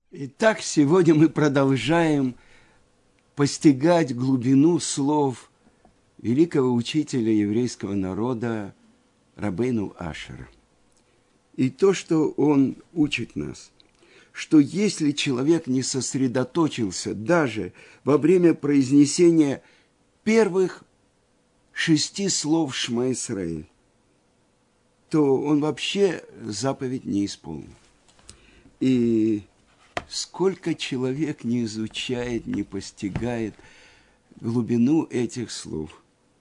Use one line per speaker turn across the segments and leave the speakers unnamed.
Итак, сегодня мы продолжаем постигать глубину слов великого учителя еврейского народа Рабейну Ашера. И то, что он учит нас, что если человек не сосредоточился даже во время произнесения первых 6 слов Шма Исраэль, то он вообще заповедь не исполнил. И сколько человек не изучает, не постигает глубину этих слов,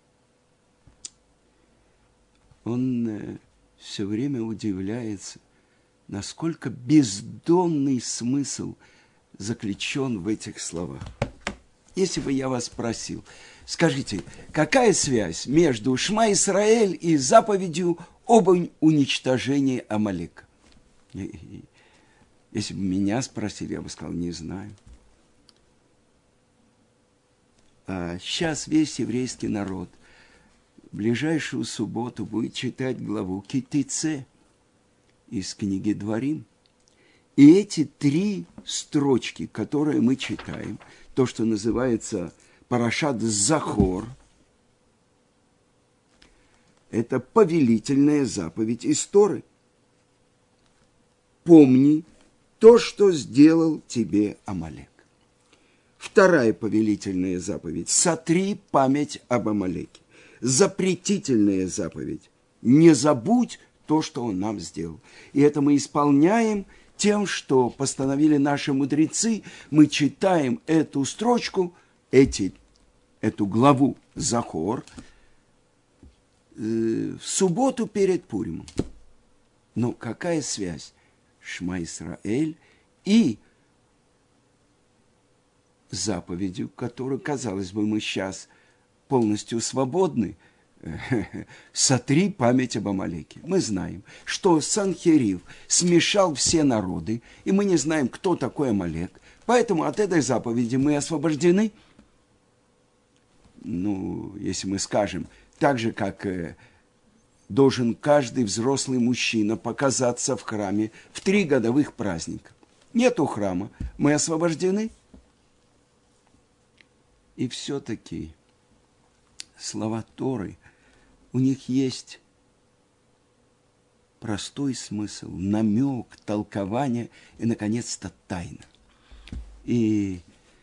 он все время удивляется, насколько бездонный смысл заключен в этих словах. Если бы я вас спросил, скажите, какая связь между Шма Исраэль и заповедью об уничтожении Амалека? Если бы меня спросили, я бы сказал, не знаю. А сейчас весь еврейский народ в ближайшую субботу будет читать главу Ки-Тице из книги Дворим. И эти 3 строчки, которые мы читаем, то, что называется Парашат Захор, это повелительная заповедь из Торы. Помни то, что сделал тебе Амалек. Вторая повелительная заповедь – сотри память об Амалеке. Запретительная заповедь – не забудь то, что он нам сделал. И это мы исполняем тем, что постановили наши мудрецы. Мы читаем эту строчку, эту главу Захор в субботу перед Пуримом. Но какая связь Шма Исраэль и заповедью, которую, казалось бы, мы сейчас полностью свободны, сотри память об Амалеке. Мы знаем, что Санхерив смешал все народы, и мы не знаем, кто такой Амалек, поэтому от этой заповеди мы освобождены. Если мы скажем, так же, как должен каждый взрослый мужчина показаться в храме в 3 годовых праздника. Нету храма, мы освобождены. И все-таки слова Торы, у них есть простой смысл, намек, толкование и, наконец-то, тайна. И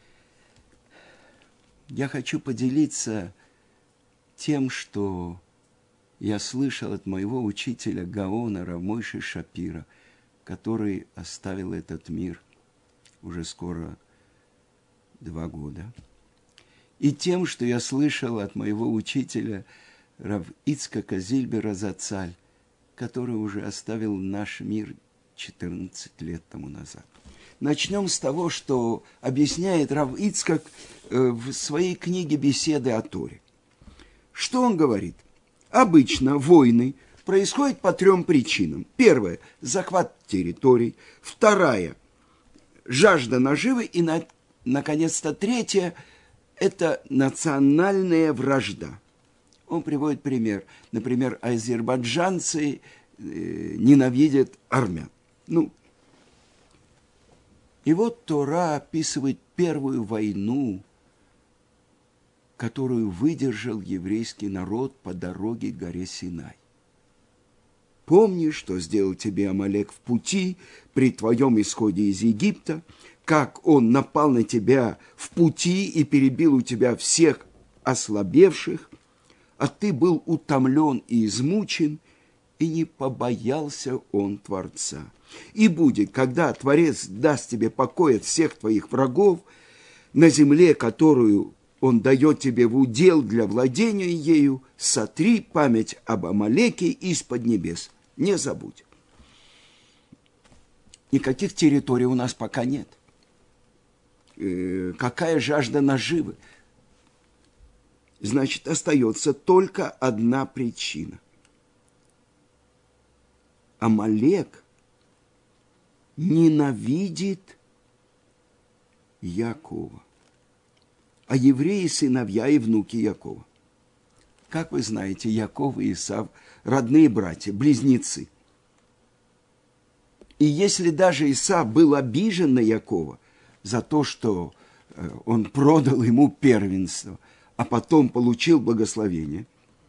я хочу поделиться тем, что я слышал от моего учителя Гаона Рав Мойше Шапира, который оставил этот мир уже скоро 2 года. И тем, что я слышал от моего учителя Рав Ицхака Зильбера Зацаль, который уже оставил наш мир 14 лет тому назад. Начнем с того, что объясняет Рав Ицхак в своей книге «Беседы о Торе». Что он говорит? Обычно войны происходят по 3 причинам. Первая – захват территорий. Вторая – жажда наживы. И, наконец-то, третья – это национальная вражда. Он приводит пример. Например, азербайджанцы ненавидят армян. И вот Тора описывает первую войну, которую выдержал еврейский народ по дороге к горе Синай. Помни, что сделал тебе Амалек в пути при твоем исходе из Египта, как он напал на тебя в пути и перебил у тебя всех ослабевших, а ты был утомлен и измучен, и не побоялся он Творца. И будет, когда Творец даст тебе покой от всех твоих врагов, на земле, которую он дает тебе в удел для владения ею, сотри память об Амалеке из-под небес. Не забудь. Никаких территорий у нас пока нет. Какая жажда наживы? Значит, остается только одна причина. Амалек ненавидит Якова, а евреи – сыновья и внуки Якова. Как вы знаете, Яков и Исав – родные братья, близнецы. И если даже Исав был обижен на Якова за то, что он продал ему первенство, а потом получил благословение,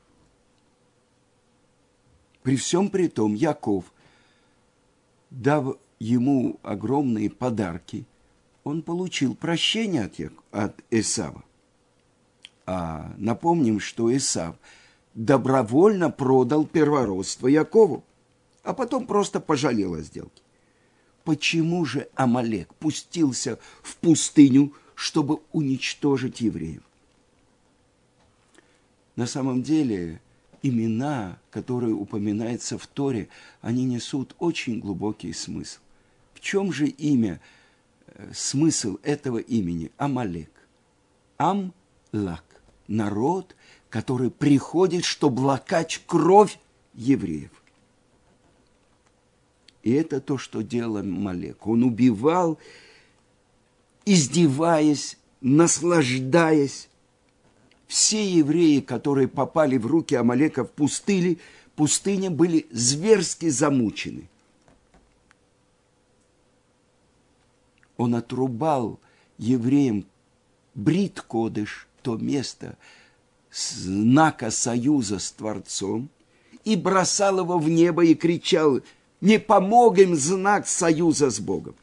при всем при том Яков, дав ему огромные подарки, он получил прощение от Исава. А напомним, что Исав добровольно продал первородство Якову, а потом просто пожалел о сделке. Почему же Амалек пустился в пустыню, чтобы уничтожить евреев? На самом деле, имена, которые упоминаются в Торе, они несут очень глубокий смысл. В чем же смысл этого имени? Амалек. Ам-лак. Народ, который приходит, чтобы лакать кровь евреев. И это то, что делал Амалек. Он убивал, издеваясь, наслаждаясь. Все евреи, которые попали в руки Амалека в пустыне, были зверски замучены. Он отрубал евреям брит-кодыш, то место знака союза с Творцом, и бросал его в небо и кричал: «Не помог им знак союза с Богом».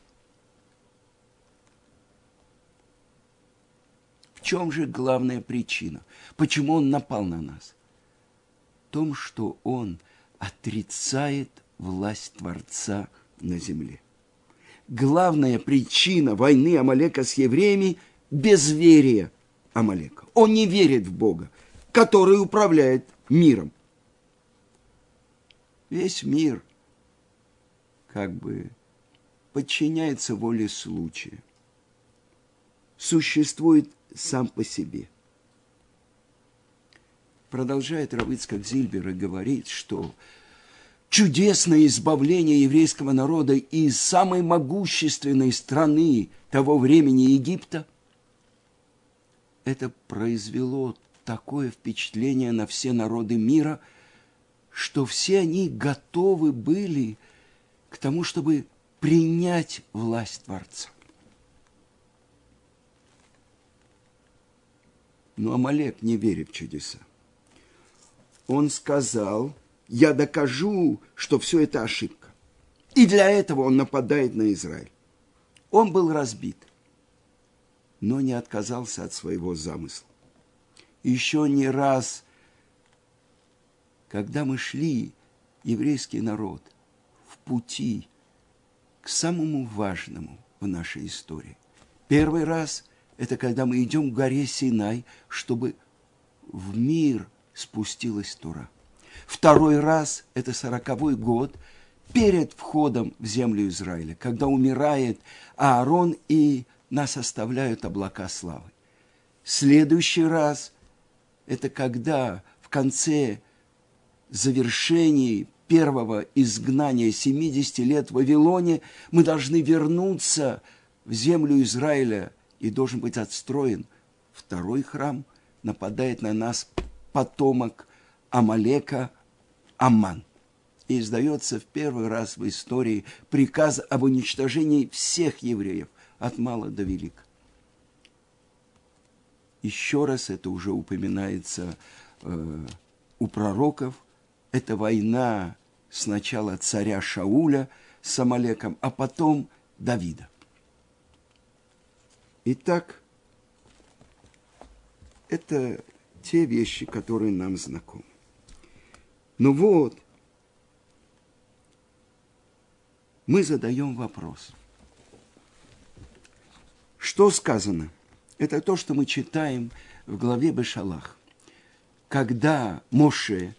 В чем же главная причина? Почему он напал на нас? В том, что он отрицает власть Творца на земле. Главная причина войны Амалека с евреями – безверие Амалека. Он не верит в Бога, который управляет миром. Весь мир подчиняется воле случая. Существует сам по себе. Продолжает Рав Ицхак Зильбер и говорит, что чудесное избавление еврейского народа из самой могущественной страны того времени Египта, это произвело такое впечатление на все народы мира, что все они готовы были к тому, чтобы принять власть Творца. Но Амалек не верит в чудеса. Он сказал: «Я докажу, что все это ошибка». И для этого он нападает на Израиль. Он был разбит, но не отказался от своего замысла. Еще не раз, когда мы шли, еврейский народ, в пути к самому важному в нашей истории. Первый раз – это когда мы идем к горе Синай, чтобы в мир спустилась Тора. Второй раз – это 40-й год перед входом в землю Израиля, когда умирает Аарон и нас оставляют облака славы. Следующий раз – это когда в конце завершения первого изгнания 70 лет в Вавилоне мы должны вернуться в землю Израиля, и должен быть отстроен второй храм. Нападает на нас потомок Амалека Амман. И издается в первый раз в истории приказ об уничтожении всех евреев, от мала до велика. Еще раз это уже упоминается у пророков. Это война сначала царя Шауля с Амалеком, а потом Давида. Итак, это те вещи, которые нам знакомы. Но вот, мы задаем вопрос. Что сказано? Это то, что мы читаем в главе Бешалах. Когда Моше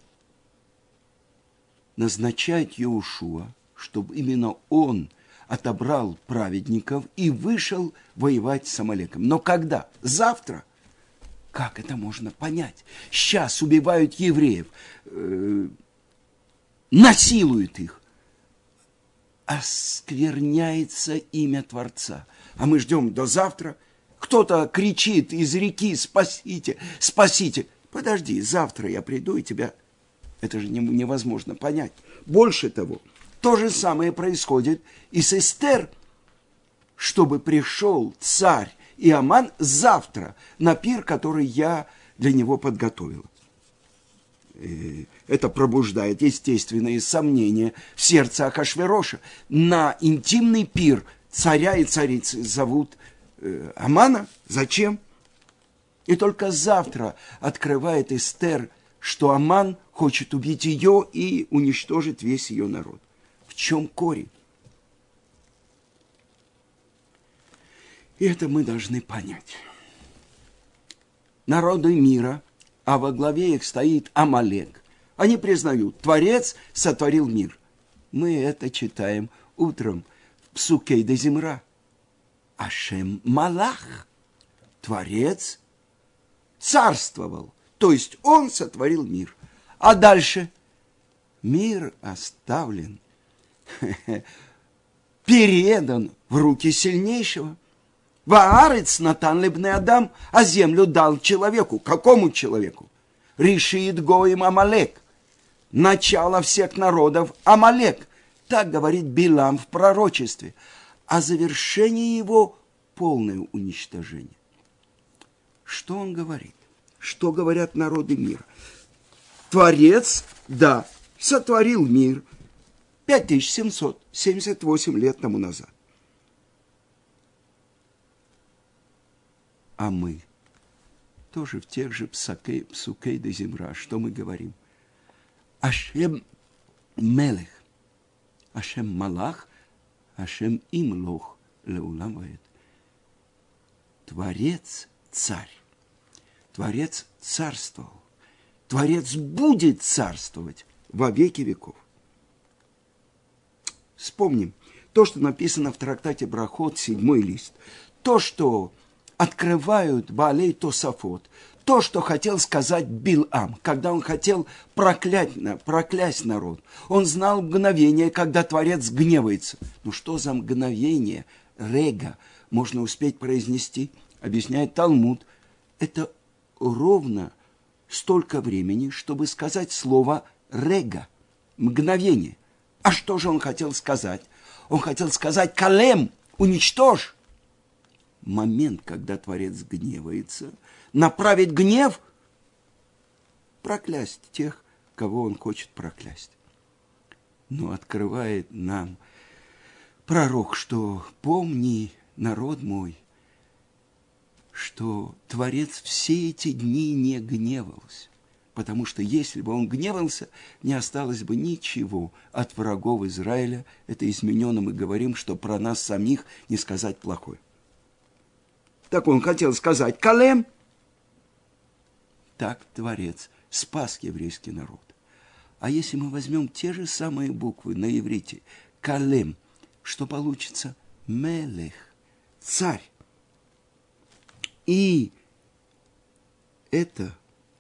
назначает Йеошуа, чтобы именно он отобрал праведников и вышел воевать с Амалеком. Но когда? Завтра. Как это можно понять? Сейчас убивают евреев, насилуют их. Оскверняется имя Творца. А мы ждем до завтра. Кто-то кричит из реки: «Спасите, спасите». Подожди, завтра я приду и тебя... Это же невозможно понять. Больше того, То же самое происходит и с Эстер, чтобы пришел царь и Аман завтра на пир, который я для него подготовила. Это пробуждает естественные сомнения в сердце Ахашвероша. На интимный пир царя и царицы зовут Амана. Зачем? И только завтра открывает Эстер, что Аман хочет убить ее и уничтожить весь ее народ. В чем корень? И это мы должны понять. Народы мира, а во главе их стоит Амалек. Они признают, Творец сотворил мир. Мы это читаем утром в Псукей де Зимра. Ашем Малах. Творец царствовал. То есть он сотворил мир. А дальше мир оставлен, передан в руки сильнейшего. Ваарец натан лебне Адам, а землю дал человеку. Какому человеку? Решит Гоим Амалек. Начало всех народов Амалек. Так говорит Билам в пророчестве. А завершение его полное уничтожение. Что он говорит? Что говорят народы мира? Творец, да, сотворил мир 5778 лет тому назад. А мы тоже в тех же Псукей де Зимра, что мы говорим? Ашем Мелех, Ашем Малах, Ашем Имлох Леулам Ваэд. Творец царь, Творец царствовал, Творец будет царствовать во веки веков. Вспомним то, что написано в трактате Брахот, 7 лист. То, что открывают Баалей Тосафот. То, что хотел сказать Билам, когда он хотел проклясть народ. Он знал мгновение, когда Творец гневается. Ну что за мгновение? Рега. Можно успеть произнести, объясняет Талмуд. Это ровно столько времени, чтобы сказать слово «рега», мгновение. А что же он хотел сказать? Он хотел сказать «калем», уничтожь. Момент, когда Творец гневается, направить гнев, проклясть тех, кого он хочет проклясть. Но открывает нам пророк, что помни, народ мой, что Творец все эти дни не гневался. Потому что если бы он гневался, не осталось бы ничего от врагов Израиля. Это измененно мы говорим, что про нас самих не сказать плохое. Так он хотел сказать «Калем». Так Творец спас еврейский народ. А если мы возьмем те же самые буквы на иврите «Калем», что получится? Мелех, царь. И это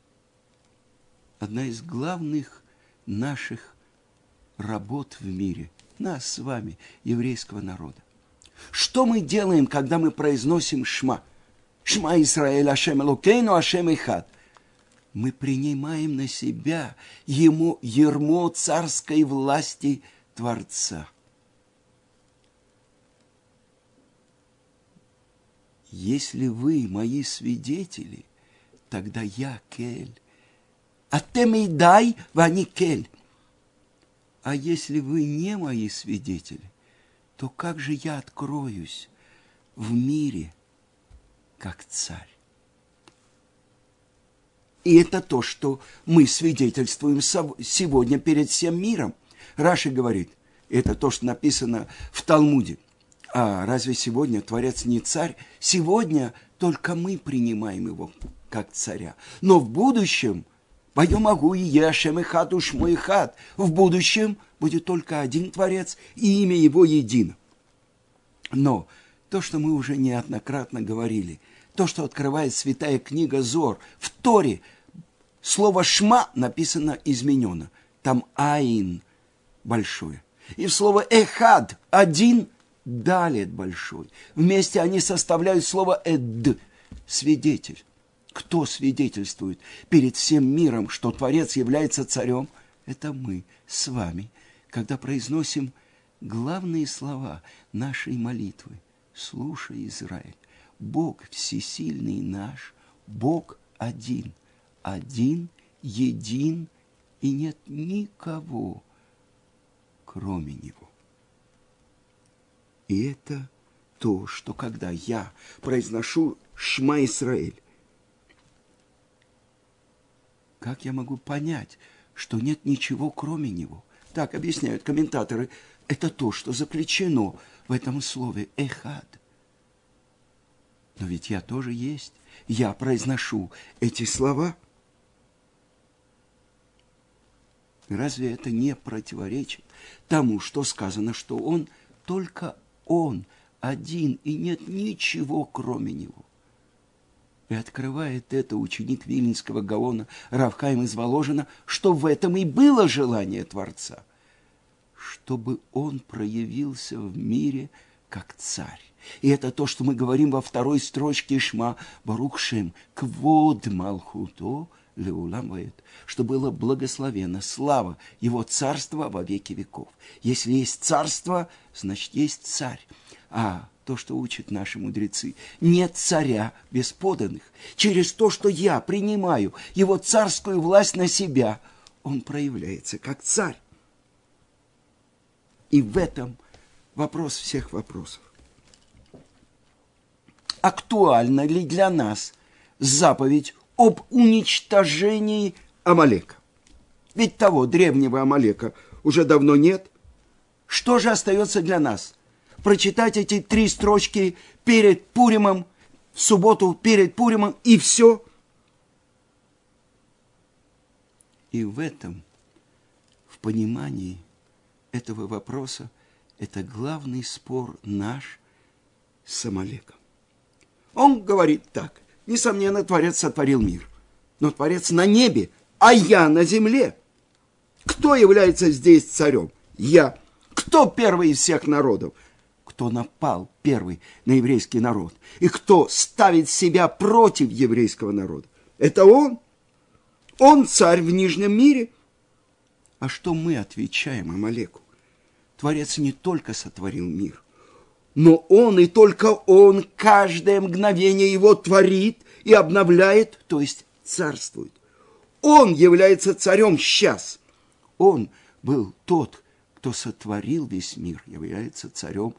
одна из главных наших работ в мире, нас с вами, еврейского народа. Что мы делаем, когда мы произносим «Шма»? «Шма Исраэль, Ашем Элокейну, Ашем Эхад». Мы принимаем на себя ярмо царской власти Творца. Если вы мои свидетели, тогда я кель. Атем идай, вани кель. А если вы не мои свидетели, то как же я откроюсь в мире, как царь? И это то, что мы свидетельствуем сегодня перед всем миром. Раши говорит, это то, что написано в Талмуде. А разве сегодня Творец не царь? Сегодня только мы принимаем его как царя. Но в будущем, в будущем будет только один Творец, и имя его едино. Но то, что мы уже неоднократно говорили, то, что открывает святая книга Зор, в Торе слово «шма» написано измененно. Там «айн» большое. И в слово «эхад» один «далет» большой. Вместе они составляют слово «эд» – свидетель. Кто свидетельствует перед всем миром, что Творец является царем? Это мы с вами, когда произносим главные слова нашей молитвы. Слушай, Израиль, Бог всесильный наш, Бог один, один, един, и нет никого, кроме Него. И это то, что когда я произношу Шма Исраэль, как я могу понять, что нет ничего, кроме Него? Так объясняют комментаторы. Это то, что заключено в этом слове «эхад». Но ведь я тоже есть. Я произношу эти слова. Разве это не противоречит тому, что сказано, что Он, только Он, один, и нет ничего, кроме Него? И открывает это ученик Виленского Гаона Рав Хаим из Воложина, что в этом и было желание Творца, чтобы Он проявился в мире как царь. И это то, что мы говорим во второй строчке Шма Барух Шем Квод Малхуто Леулам Ваэд, что было благословено слава Его царства во веки веков. Если есть царство, значит есть царь. А то, что учат наши мудрецы, нет царя без подданных. Через то, что я принимаю Его царскую власть на себя, Он проявляется как царь. И в этом вопрос всех вопросов. Актуальна ли для нас заповедь об уничтожении Амалека? Ведь того древнего Амалека уже давно нет. Что же остается для нас? Прочитать эти 3 строчки перед Пуримом, в субботу перед Пуримом, и все. И в этом, в понимании этого вопроса, это главный спор наш с Амалеком. Он говорит так: несомненно, Творец сотворил мир, но Творец на небе, а я на земле. Кто является здесь царем? Я. Кто первый из всех народов? Кто напал первый на еврейский народ? И кто ставит себя против еврейского народа? Это он. Он царь в нижнем мире. А что мы отвечаем Амалеку? Творец не только сотворил мир, но он и только он каждое мгновение его творит и обновляет, то есть царствует. Он является царем сейчас. Он был тот, кто сотворил весь мир, является царем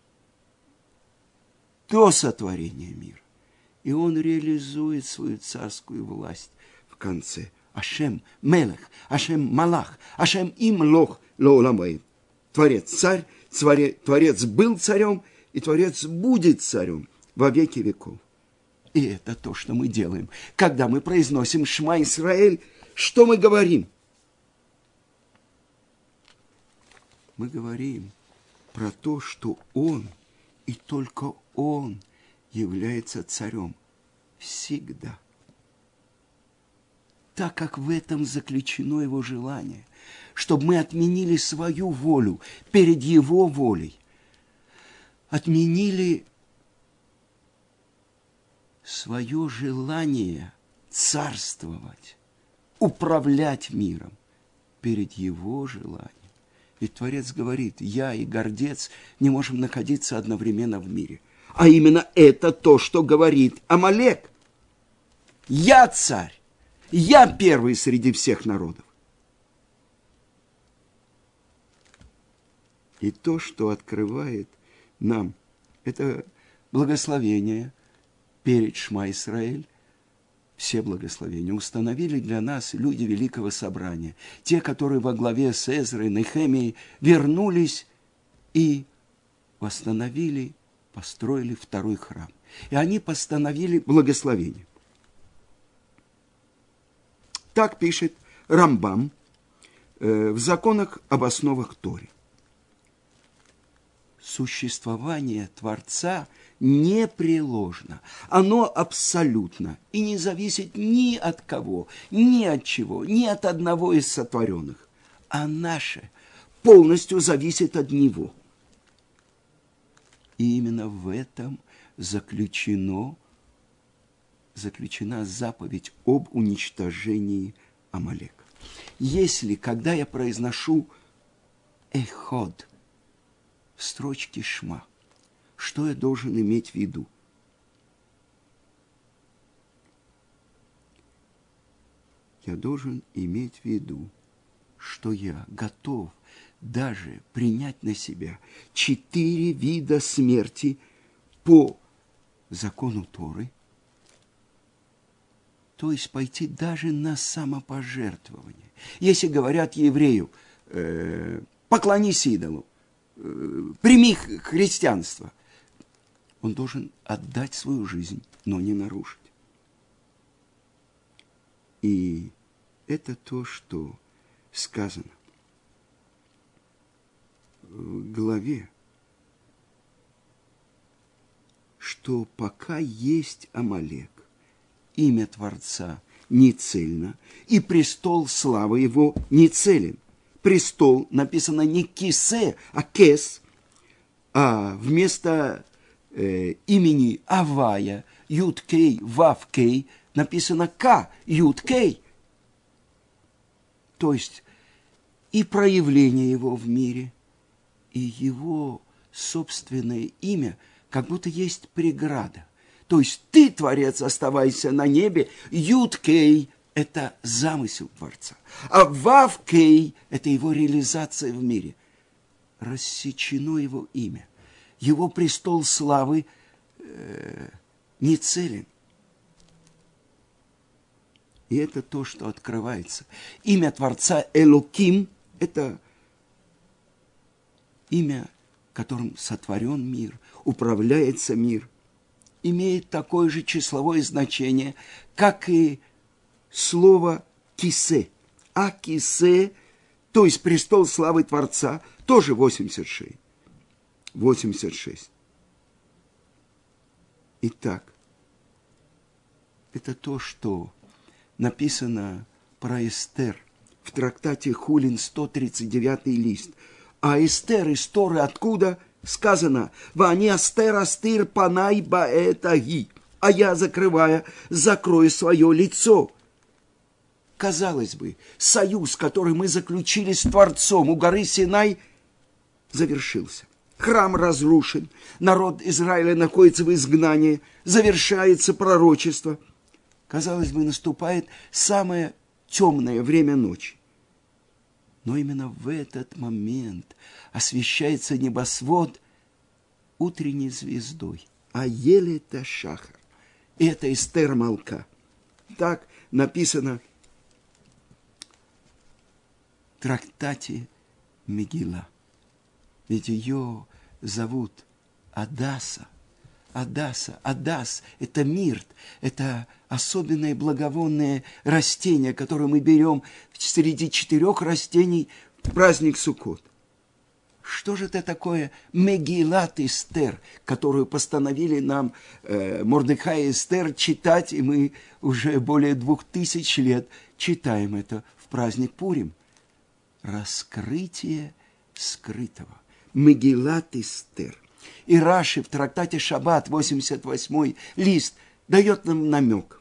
до сотворения мира. И он реализует свою царскую власть в конце. Ашем Мелех, Ашем Малах, Ашем Имлох Леулам Ваэд. Творец царь, Творец был царем, и Творец будет царем во веки веков. И это то, что мы делаем. Когда мы произносим Шма Исраэль, что мы говорим? Мы говорим про то, что Он, и только Он является царем всегда. Так как в этом заключено Его желание, чтобы мы отменили свою волю перед Его волей, отменили свое желание царствовать, управлять миром перед Его желанием. Ведь Творец говорит: я и гордец не можем находиться одновременно в мире. А именно это то, что говорит Амалек. Я царь, я первый среди всех народов. И то, что открывает нам, это благословение перед Шма Исраэль. Все благословения установили для нас люди Великого Собрания, те, которые во главе с Эзрой, Нехемией вернулись и восстановили, построили второй храм. И они постановили благословение. Так пишет Рамбам в законах об основах Торы. Существование Творца непреложно, оно абсолютно и не зависит ни от кого, ни от чего, ни от одного из сотворенных, а наше полностью зависит от Него. И именно в этом заключена заповедь об уничтожении Амалека. Если, когда я произношу эход в строчке Шма. Что я должен иметь в виду? Я должен иметь в виду, что я готов даже принять на себя 4 вида смерти по закону Торы, то есть пойти даже на самопожертвование. Если говорят еврею, поклонись идолу, прими христианство, он должен отдать свою жизнь, но не нарушить. И это то, что сказано в главе, что пока есть Амалек, имя Творца не цельно, и престол славы его не целен. Престол написано не кисе, а кес, а вместо имени Авая, Юд-Кей, Вав-Кей, написано К, Юд-Кей. То есть и проявление его в мире, и его собственное имя, как будто есть преграда. То есть ты, Творец, оставайся на небе, Юд-Кей – это замысел Творца, а Вав-Кей – это его реализация в мире. Рассечено его имя. Его престол славы не целен. И это то, что открывается. Имя Творца Элоким – это имя, которым сотворен мир, управляется мир, имеет такое же числовое значение, как и слово «кисе». А «кисе», то есть престол славы Творца, тоже 86. 86. Итак, это то, что написано про Эстер в трактате Хулин, 139 лист. А Эстер из Торы откуда? Сказано: «Вани астер астир панай баэтаги», а я, закрывая, закрою свое лицо. Казалось бы, союз, который мы заключили с Творцом у горы Синай, завершился. Храм разрушен, народ Израиля находится в изгнании, завершается пророчество. Казалось бы, наступает самое темное время ночи. Но именно в этот момент освещается небосвод утренней звездой. А еле-то шахар. И это Эстер Малка. Так написано в трактате Мегила. Ведь ее зовут Адаса. Адас – это мирт, это особенное благовонное растение, которое мы берем среди 4 растений в праздник Суккот. Что же это такое Мегилат Эстер, которую постановили нам Мордехай и Эстер читать, и мы уже более 2000 лет читаем это в праздник Пурим? Раскрытие скрытого. Мегилат Эстер. И Раши в трактате Шаббат, 88 лист, дает нам намек.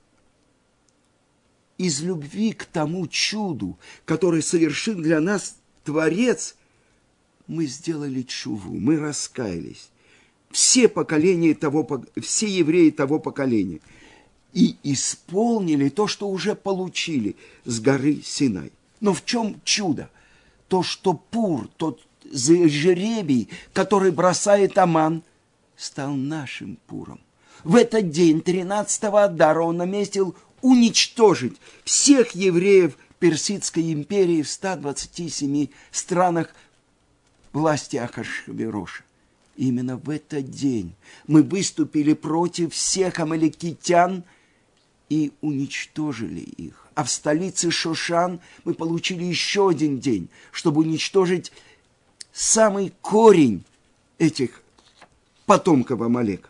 Из любви к тому чуду, которое совершил для нас Творец, мы сделали тшуву, мы раскаялись. Все евреи того поколения. И исполнили то, что уже получили с горы Синай. Но в чем чудо? То, что Пур, тот жеребий, который бросает Аман, стал нашим Пуром. В этот день, 13-го Адара, он наместил уничтожить всех евреев Персидской империи в 127 странах власти Ахашвероша. Именно в этот день мы выступили против всех амалекитян и уничтожили их. А в столице Шошан мы получили еще один день, чтобы уничтожить самый корень этих потомков Амалека.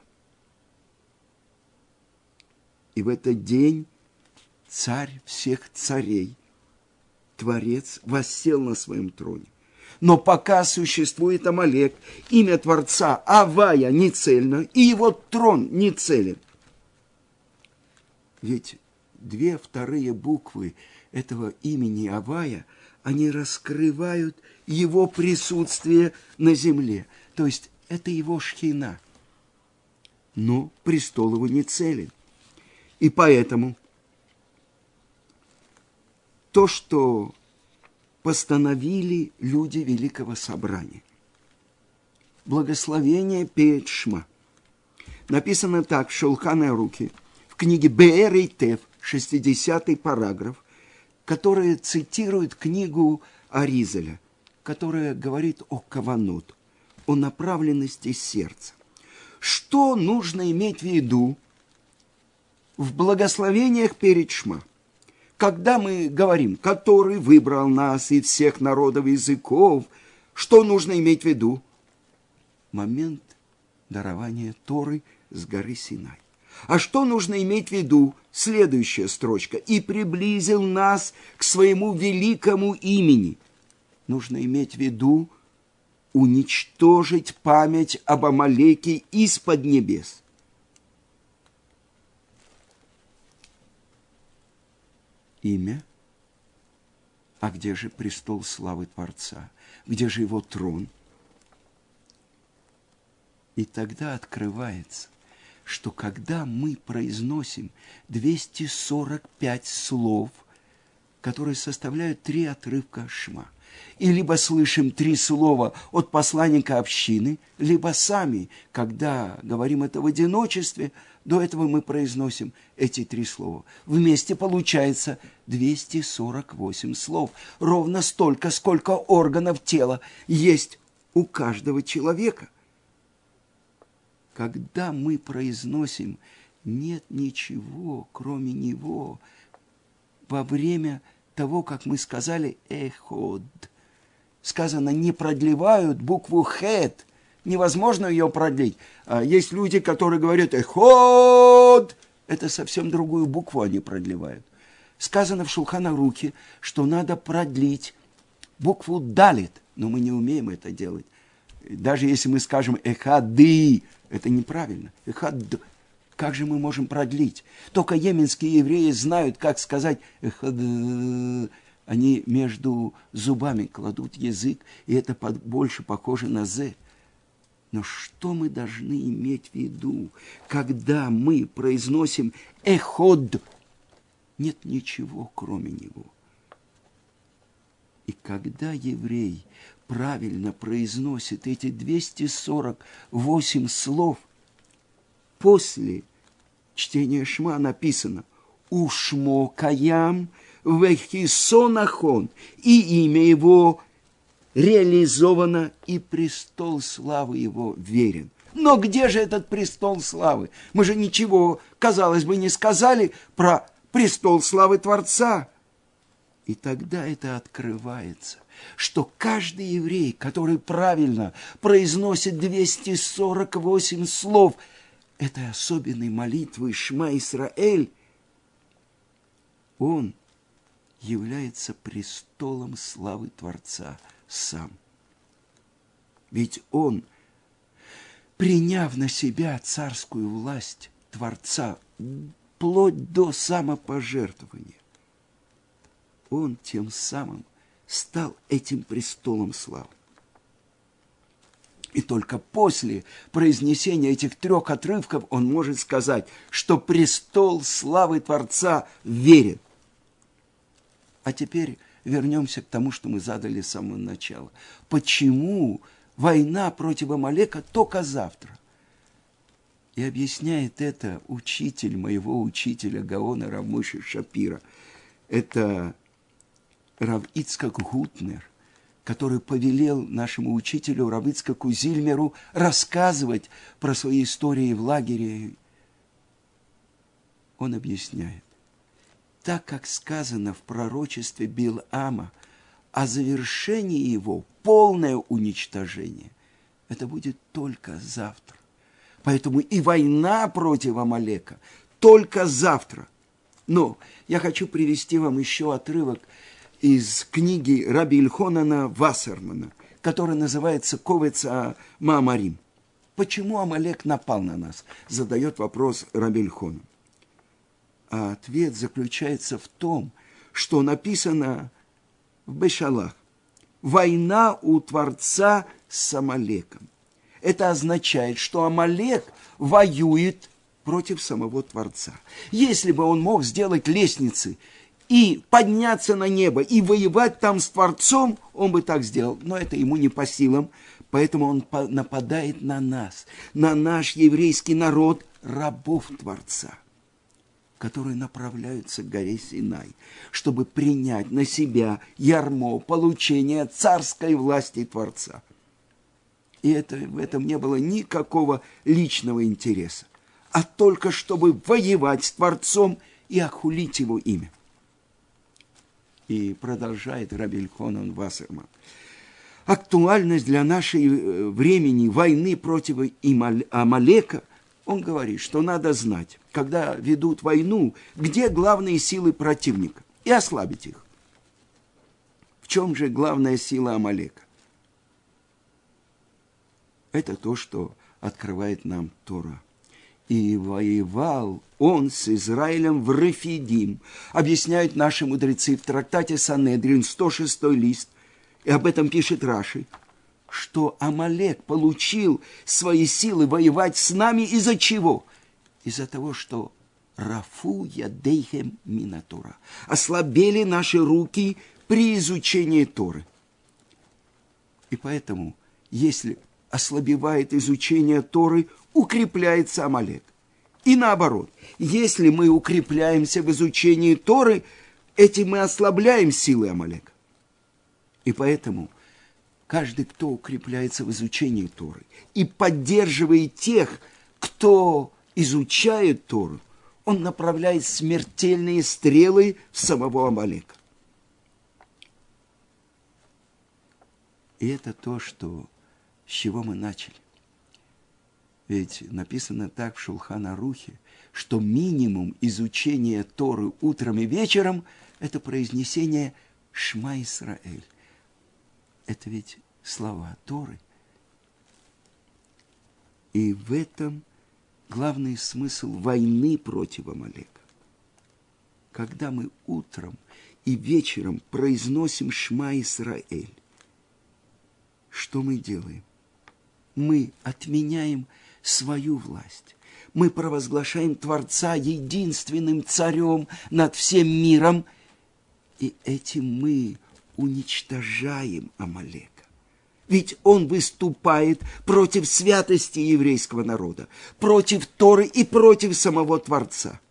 И в этот день царь всех царей, Творец, воссел на своем троне. Но пока существует Амалек, имя Творца Авая не цельно, и его трон не целен. Ведь 2 вторые буквы этого имени Авая, они раскрывают его присутствие на земле. То есть это его шхина. Но престол его не целен. И поэтому то, что постановили люди Великого Собрания, благословение перед Шма, написано так в Шулхан Аруке, в книге Беэр и Тев, 60-й параграф, которая цитирует книгу Аризаля, которая говорит о каванот, о направленности сердца. Что нужно иметь в виду в благословениях перед Шма? Когда мы говорим, который выбрал нас из всех народов и языков, что нужно иметь в виду? Момент дарования Торы с горы Синай. А что нужно иметь в виду? Следующая строчка. «И приблизил нас к своему великому имени». Нужно иметь в виду уничтожить память об Амалеке из-под небес. Имя? А где же престол славы Творца? Где же его трон? И тогда открывается, что когда мы произносим 245 слов, которые составляют 3 отрывка Шма, и либо слышим 3 слова от посланника общины, либо сами, когда говорим это в одиночестве, до этого мы произносим эти 3 слова. Вместе получается 248 слов. Ровно столько, сколько органов тела есть у каждого человека. Когда мы произносим «нет ничего, кроме Него», во время того, как мы сказали «эход», сказано «не продлевают» букву «хет», невозможно ее продлить. Есть люди, которые говорят «эход», это совсем другую букву они продлевают. Сказано в Шулхан Аруке, что надо продлить букву «далит», но мы не умеем это делать. Даже если мы скажем «эхады», это неправильно. «Эхад». Как же мы можем продлить? Только йеменские евреи знают, как сказать «эхад». Они между зубами кладут язык, и это больше похоже на «зе». Но что мы должны иметь в виду, когда мы произносим «эход»? Нет ничего, кроме него. И когда еврей правильно произносит эти 248 слов, после чтения Шма написано «Ушмо каям вехисонахон», и имя его реализовано, и престол славы его верен. Но где же этот престол славы? Мы же ничего, казалось бы, не сказали про престол славы Творца. И тогда это открывается, что каждый еврей, который правильно произносит 248 слов этой особенной молитвы Шма Исраэль, он является престолом славы Творца сам. Ведь он, приняв на себя царскую власть Творца, вплоть до самопожертвования, он тем самым стал этим престолом славы. И только после произнесения этих 3 отрывков он может сказать, что престол славы Творца верен. А теперь вернемся к тому, что мы задали с самого начала. Почему война против Амалека только завтра? И объясняет это учитель моего учителя Гаона Рав Моше Шапира. Это Рав Ицхак Гутнер, который повелел нашему учителю Рав Ицхаку Зильмеру рассказывать про свои истории в лагере. Он объясняет. Так как сказано в пророчестве Билама о завершении его, полное уничтожение, это будет только завтра. Поэтому и война против Амалека только завтра. Но я хочу привести вам еще отрывок из книги Раби Ильхонана Вассермана, которая называется «Ковец Маамарим». Почему Амалек напал на нас? Задает вопрос Раби Ильхонан. А ответ заключается в том, что написано в Бешалах. Война у Творца с Амалеком. Это означает, что Амалек воюет против самого Творца. Если бы он мог сделать лестницы и подняться на небо, и воевать там с Творцом, он бы так сделал. Но это ему не по силам, поэтому он нападает на нас, на наш еврейский народ, рабов Творца, которые направляются к горе Синай, чтобы принять на себя ярмо получения царской власти Творца. И в этом не было никакого личного интереса, а только чтобы воевать с Творцом и охулить его имя. И продолжает Раби Эльхонан Вассерман. Актуальность для нашей времени войны против Амалека, он говорит, что надо знать, когда ведут войну, где главные силы противника, и ослабить их. В чем же главная сила Амалека? Это то, что открывает нам Тора. И воевал он с Израилем в Рефидим. Объясняют наши мудрецы в трактате Санедрин, 106 лист. И об этом пишет Раши, что Амалек получил свои силы воевать с нами из-за чего? Из-за того, что Рафу ядейхем мина Тора. Ослабели наши руки при изучении Торы. И поэтому, если ослабевает изучение Торы, укрепляется Амалек. И наоборот, если мы укрепляемся в изучении Торы, этим мы ослабляем силы Амалека. И поэтому каждый, кто укрепляется в изучении Торы и поддерживает тех, кто изучает Тору, он направляет смертельные стрелы в самого Амалека. И это то, с чего мы начали. Ведь написано так в Шулхан Арухе, что минимум изучения Торы утром и вечером – это произнесение «Шма Исраэль». Это ведь слова Торы. И в этом главный смысл войны против Амалека. Когда мы утром и вечером произносим «Шма Исраэль», что мы делаем? Мы отменяем свою власть. Мы провозглашаем Творца единственным царем над всем миром, и этим мы уничтожаем Амалека. Ведь он выступает против святости еврейского народа, против Торы и против самого Творца.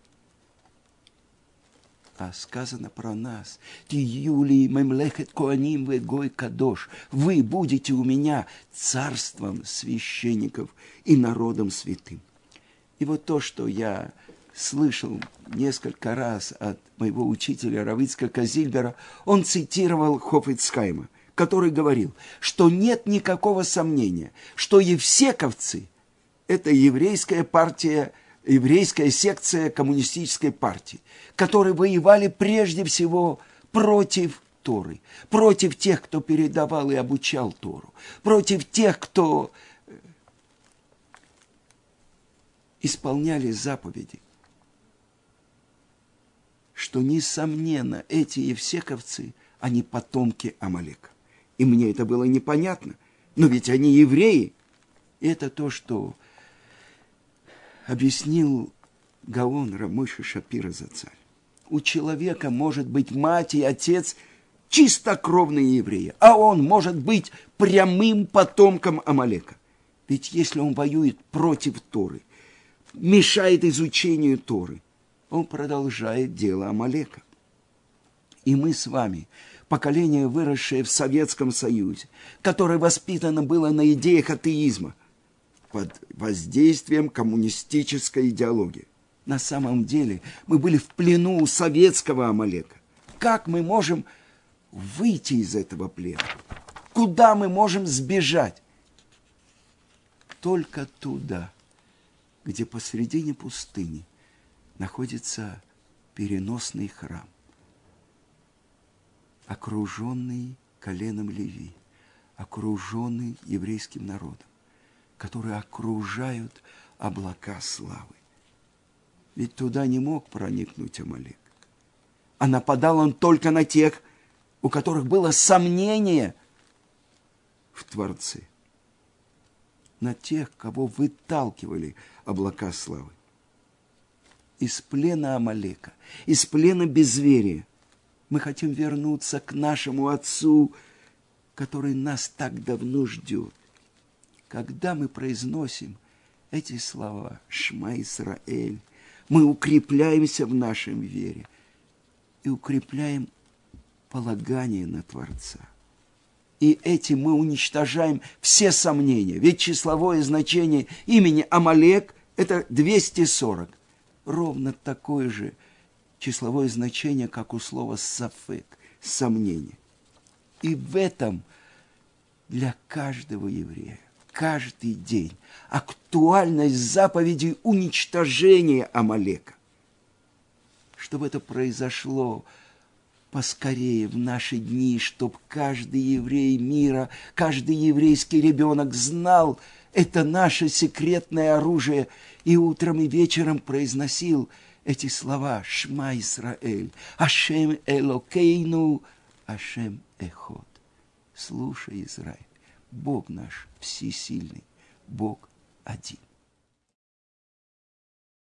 А сказано про нас: «Тиюли мемлехет коаним ве гой кадош». Вы будете у меня царством священников и народом святым. И вот то, что я слышал несколько раз от моего учителя Рав Ицхака Зильбера, он цитировал Хафец Хаима, который говорил, что нет никакого сомнения, что евсековцы – это еврейская партия, еврейская секция коммунистической партии, которые воевали прежде всего против Торы, против тех, кто передавал и обучал Тору, против тех, кто исполняли заповеди. Что, несомненно, эти евсековцы, они потомки Амалека. И мне это было непонятно, но ведь они евреи. И это то, что объяснил Гаон Рав Мойше Шапира Зацаль. У человека может быть мать и отец чистокровные евреи, а он может быть прямым потомком Амалека. Ведь если он воюет против Торы, мешает изучению Торы, он продолжает дело Амалека. И мы с вами, поколение, выросшее в Советском Союзе, которое воспитано было на идеях атеизма, под воздействием коммунистической идеологии. На самом деле мы были в плену у советского Амалека. Как мы можем выйти из этого плена? Куда мы можем сбежать? Только туда, где посредине пустыни находится переносный храм, окруженный коленом Леви, окруженный еврейским народом, которые окружают облака славы. Ведь туда не мог проникнуть Амалек. А нападал он только на тех, у которых было сомнение в Творце, на тех, кого выталкивали облака славы. Из плена Амалека, из плена безверия мы хотим вернуться к нашему Отцу, который нас так давно ждет. Когда мы произносим эти слова «Шма Исраэль», мы укрепляемся в нашем вере и укрепляем полагание на Творца. И этим мы уничтожаем все сомнения. Ведь числовое значение имени Амалек – это 240. Ровно такое же числовое значение, как у слова «сафек» – сомнение. И в этом для каждого еврея каждый день актуальность заповеди уничтожения Амалека. Чтобы это произошло поскорее в наши дни, чтобы каждый еврей мира, каждый еврейский ребенок знал, это наше секретное оружие, и утром и вечером произносил эти слова «Шма Исраэль», «Ашем Элокейну», «Ашем Эход». Слушай, Израиль, Бог наш всесильный, Бог один.